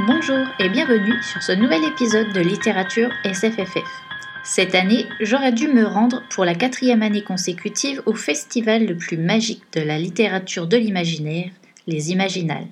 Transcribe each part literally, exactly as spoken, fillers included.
Bonjour et bienvenue sur ce nouvel épisode de Littérature S F F F. Cette année, j'aurais dû me rendre pour la quatrième année consécutive au festival le plus magique de la littérature de l'imaginaire, les Imaginales.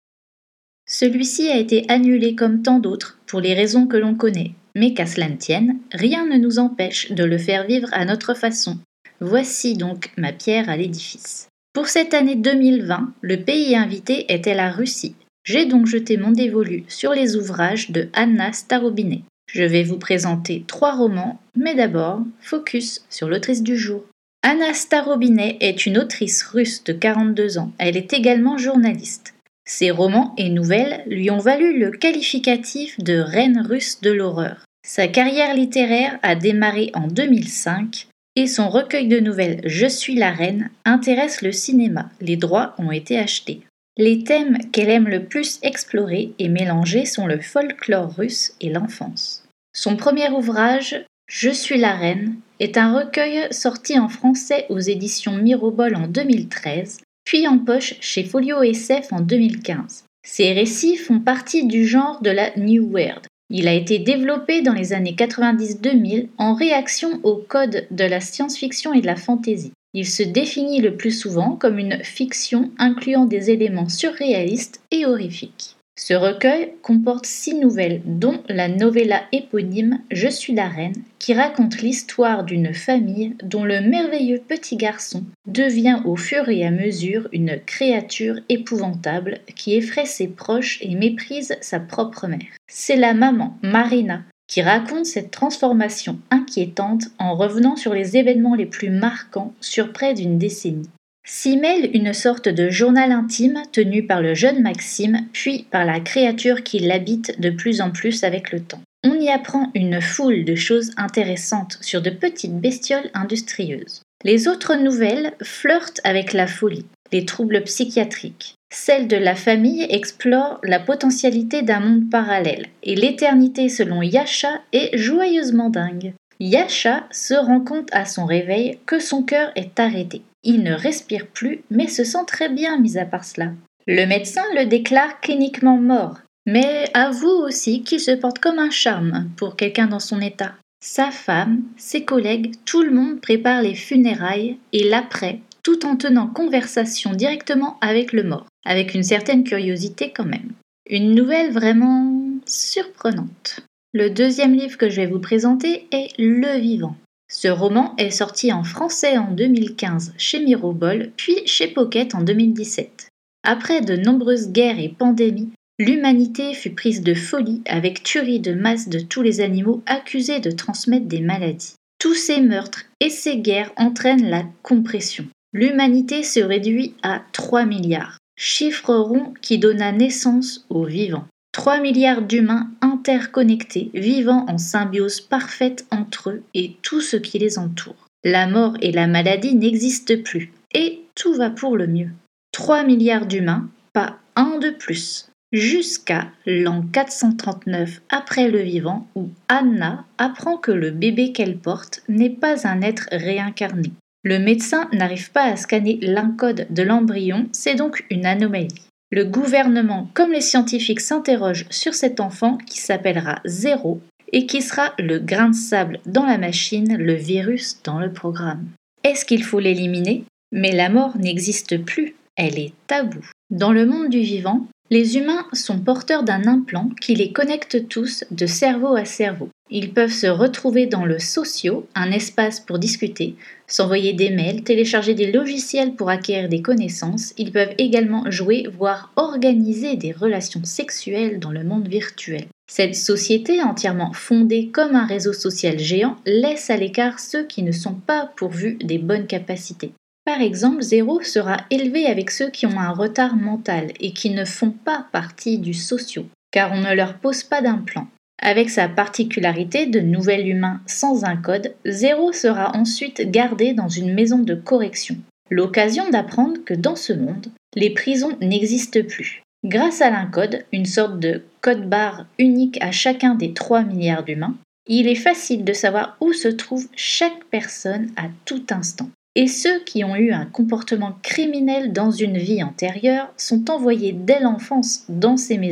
Celui-ci a été annulé comme tant d'autres pour les raisons que l'on connaît, mais qu'à cela ne tienne, rien ne nous empêche de le faire vivre à notre façon. Voici donc ma pierre à l'édifice. Pour cette année deux mille vingt, le pays invité était la Russie. J'ai donc jeté mon dévolu sur les ouvrages de Anna Starobinets. Je vais vous présenter trois romans, mais d'abord, focus sur l'autrice du jour. Anna Starobinets est une autrice russe de quarante-deux ans. Elle est également journaliste. Ses romans et nouvelles lui ont valu le qualificatif de reine russe de l'horreur. Sa carrière littéraire a démarré en deux mille cinq et son recueil de nouvelles Je suis la reine intéresse le cinéma. Les droits ont été achetés. Les thèmes qu'elle aime le plus explorer et mélanger sont le folklore russe et l'enfance. Son premier ouvrage, Je suis la reine, est un recueil sorti en français aux éditions Mirobol en deux mille treize, puis en poche chez Folio S F en deux mille quinze. Ces récits font partie du genre de la New Weird. Il a été développé dans les années quatre-vingt-dix deux mille en réaction au code de la science-fiction et de la fantasy. Il se définit le plus souvent comme une fiction incluant des éléments surréalistes et horrifiques. Ce recueil comporte six nouvelles, dont la novella éponyme Je suis la reine, qui raconte l'histoire d'une famille dont le merveilleux petit garçon devient au fur et à mesure une créature épouvantable qui effraie ses proches et méprise sa propre mère. C'est la maman, Marina, qui raconte cette transformation inquiétante en revenant sur les événements les plus marquants sur près d'une décennie. S'y mêle une sorte de journal intime tenu par le jeune Maxime, puis par la créature qui l'habite de plus en plus avec le temps. On y apprend une foule de choses intéressantes sur de petites bestioles industrieuses. Les autres nouvelles flirtent avec la folie, les troubles psychiatriques. Celle de la famille explore la potentialité d'un monde parallèle, et l'éternité selon Yasha est joyeusement dingue. Yasha se rend compte à son réveil que son cœur est arrêté. Il ne respire plus, mais se sent très bien mis à part cela. Le médecin le déclare cliniquement mort, mais avoue aussi qu'il se porte comme un charme pour quelqu'un dans son état. Sa femme, ses collègues, tout le monde prépare les funérailles et l'après, tout en tenant conversation directement avec le mort, avec une certaine curiosité quand même. Une nouvelle vraiment surprenante. Le deuxième livre que je vais vous présenter est Le Vivant. Ce roman est sorti en français en deux mille quinze chez Mirobol, puis chez Pocket en deux mille dix-sept. Après de nombreuses guerres et pandémies, l'humanité fut prise de folie avec tuerie de masse de tous les animaux accusés de transmettre des maladies. Tous ces meurtres et ces guerres entraînent la compression. L'humanité se réduit à trois milliards, chiffre rond qui donna naissance aux vivants. trois milliards d'humains interconnectés, vivant en symbiose parfaite entre eux et tout ce qui les entoure. La mort et la maladie n'existent plus, et tout va pour le mieux. trois milliards d'humains, pas un de plus. Jusqu'à l'an quatre cent trente-neuf après le vivant, où Anna apprend que le bébé qu'elle porte n'est pas un être réincarné. Le médecin n'arrive pas à scanner l'encode de l'embryon, c'est donc une anomalie. Le gouvernement comme les scientifiques s'interrogent sur cet enfant qui s'appellera Zéro et qui sera le grain de sable dans la machine, le virus dans le programme. Est-ce qu'il faut l'éliminer ? Mais la mort n'existe plus, elle est taboue. Dans le monde du vivant, les humains sont porteurs d'un implant qui les connecte tous de cerveau à cerveau. Ils peuvent se retrouver dans le socio, un espace pour discuter, s'envoyer des mails, télécharger des logiciels pour acquérir des connaissances. Ils peuvent également jouer, voire organiser des relations sexuelles dans le monde virtuel. Cette société, entièrement fondée comme un réseau social géant, laisse à l'écart ceux qui ne sont pas pourvus des bonnes capacités. Par exemple, Zéro sera élevé avec ceux qui ont un retard mental et qui ne font pas partie du socio, car on ne leur pose pas d'implant. Avec sa particularité de nouvel humain sans un code, Zéro sera ensuite gardé dans une maison de correction. L'occasion d'apprendre que dans ce monde, les prisons n'existent plus. Grâce à l'Uncode, une sorte de code-barre unique à chacun des trois milliards d'humains, il est facile de savoir où se trouve chaque personne à tout instant. Et ceux qui ont eu un comportement criminel dans une vie antérieure sont envoyés dès l'enfance dans ces maisons.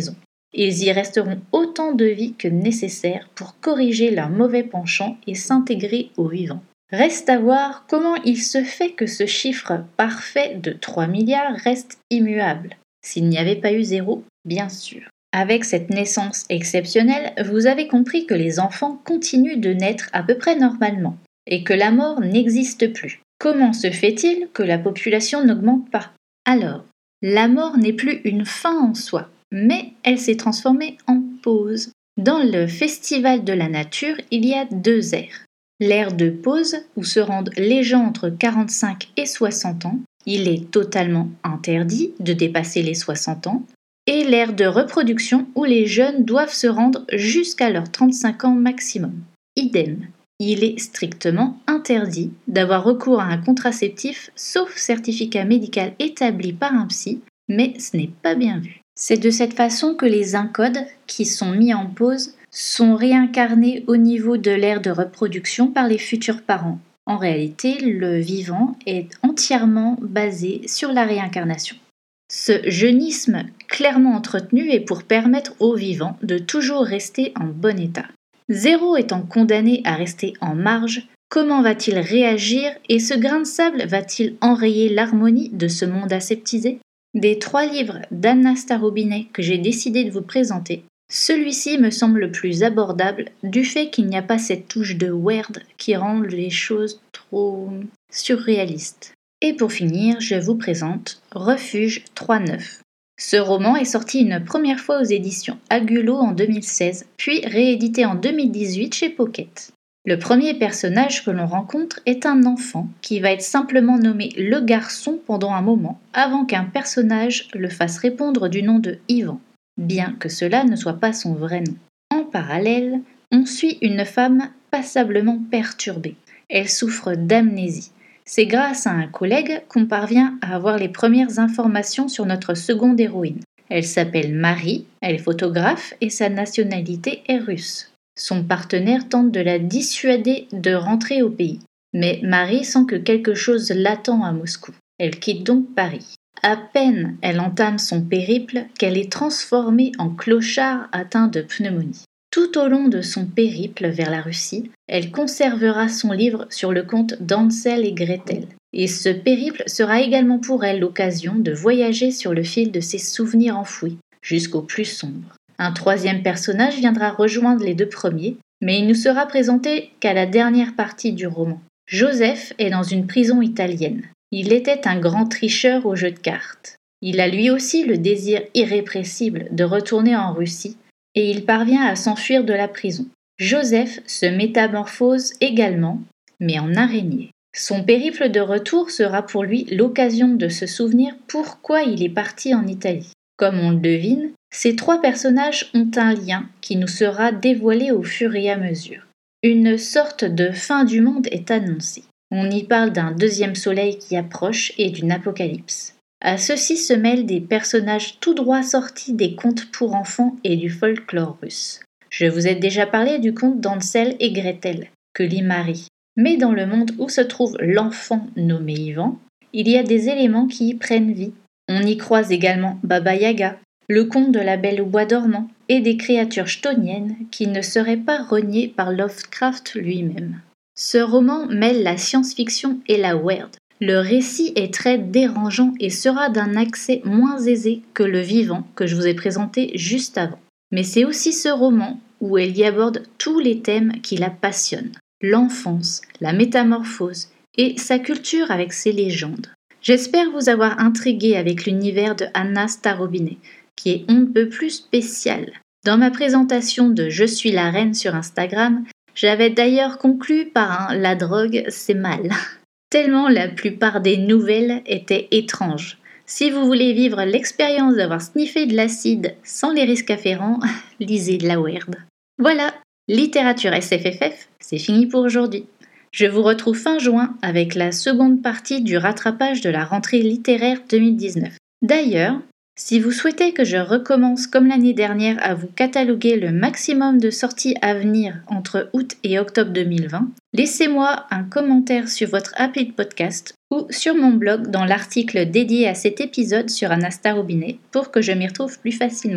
Ils y resteront autant de vie que nécessaire pour corriger leur mauvais penchant et s'intégrer au vivant. Reste à voir comment il se fait que ce chiffre parfait de trois milliards reste immuable. S'il n'y avait pas eu zéro, bien sûr. Avec cette naissance exceptionnelle, vous avez compris que les enfants continuent de naître à peu près normalement et que la mort n'existe plus. Comment se fait-il que la population n'augmente pas ? Alors, la mort n'est plus une fin en soi, mais elle s'est transformée en pause. Dans le Festival de la nature, il y a deux aires. L'ère de pause, où se rendent les gens entre quarante-cinq et soixante ans, il est totalement interdit de dépasser les soixante ans, et l'ère de reproduction, où les jeunes doivent se rendre jusqu'à leurs trente-cinq ans maximum. Idem. Il est strictement interdit d'avoir recours à un contraceptif sauf certificat médical établi par un psy, mais ce n'est pas bien vu. C'est de cette façon que les incodes, qui sont mis en pause, sont réincarnés au niveau de l'ère de reproduction par les futurs parents. En réalité, le vivant est entièrement basé sur la réincarnation. Ce jeunisme clairement entretenu est pour permettre au vivant de toujours rester en bon état. Zéro étant condamné à rester en marge, comment va-t-il réagir et ce grain de sable va-t-il enrayer l'harmonie de ce monde aseptisé ? Des trois livres d'Anna Starobinets que j'ai décidé de vous présenter, celui-ci me semble le plus abordable du fait qu'il n'y a pas cette touche de weird qui rend les choses trop surréalistes. Et pour finir, je vous présente Refuge trois neuf. Ce roman est sorti une première fois aux éditions Agulot en deux mille seize, puis réédité en deux mille dix-huit chez Pocket. Le premier personnage que l'on rencontre est un enfant qui va être simplement nommé le garçon pendant un moment, avant qu'un personnage le fasse répondre du nom de Yvan, bien que cela ne soit pas son vrai nom. En parallèle, on suit une femme passablement perturbée. Elle souffre d'amnésie. C'est grâce à un collègue qu'on parvient à avoir les premières informations sur notre seconde héroïne. Elle s'appelle Marie, elle est photographe et sa nationalité est russe. Son partenaire tente de la dissuader de rentrer au pays. Mais Marie sent que quelque chose l'attend à Moscou. Elle quitte donc Paris. À peine elle entame son périple qu'elle est transformée en clochard atteint de pneumonie. Tout au long de son périple vers la Russie, elle conservera son livre sur le conte d'Hansel et Gretel. Et ce périple sera également pour elle l'occasion de voyager sur le fil de ses souvenirs enfouis, jusqu'au plus sombre. Un troisième personnage viendra rejoindre les deux premiers, mais il ne sera présenté qu'à la dernière partie du roman. Joseph est dans une prison italienne. Il était un grand tricheur au jeu de cartes. Il a lui aussi le désir irrépressible de retourner en Russie, et il parvient à s'enfuir de la prison. Joseph se métamorphose également, mais en araignée. Son périple de retour sera pour lui l'occasion de se souvenir pourquoi il est parti en Italie. Comme on le devine, ces trois personnages ont un lien qui nous sera dévoilé au fur et à mesure. Une sorte de fin du monde est annoncée. On y parle d'un deuxième soleil qui approche et d'une apocalypse. À ceci se mêlent des personnages tout droit sortis des contes pour enfants et du folklore russe. Je vous ai déjà parlé du conte d'Hansel et Gretel, que lit Marie. Mais dans le monde où se trouve l'enfant nommé Yvan, il y a des éléments qui y prennent vie. On y croise également Baba Yaga, le conte de la Belle au bois dormant, et des créatures chthoniennes qui ne seraient pas reniées par Lovecraft lui-même. Ce roman mêle la science-fiction et la weird. Le récit est très dérangeant et sera d'un accès moins aisé que le vivant que je vous ai présenté juste avant. Mais c'est aussi ce roman où elle y aborde tous les thèmes qui la passionnent. L'enfance, la métamorphose et sa culture avec ses légendes. J'espère vous avoir intrigué avec l'univers de Anna Starobinets, qui est on ne peut plus spécial. Dans ma présentation de Je suis la reine sur Instagram, j'avais d'ailleurs conclu par un « la drogue, c'est mal ». Tellement la plupart des nouvelles étaient étranges. Si vous voulez vivre l'expérience d'avoir sniffé de l'acide sans les risques afférents, lisez de la weird. Voilà, littérature S F F F, c'est fini pour aujourd'hui. Je vous retrouve fin juin avec la seconde partie du rattrapage de la rentrée littéraire deux mille dix-neuf. D'ailleurs, si vous souhaitez que je recommence comme l'année dernière à vous cataloguer le maximum de sorties à venir entre août et octobre deux mille vingt, laissez-moi un commentaire sur votre appli de podcast ou sur mon blog dans l'article dédié à cet épisode sur Anna Starobinets pour que je m'y retrouve plus facilement.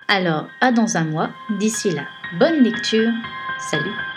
Alors, à dans un mois. D'ici là, bonne lecture. Salut!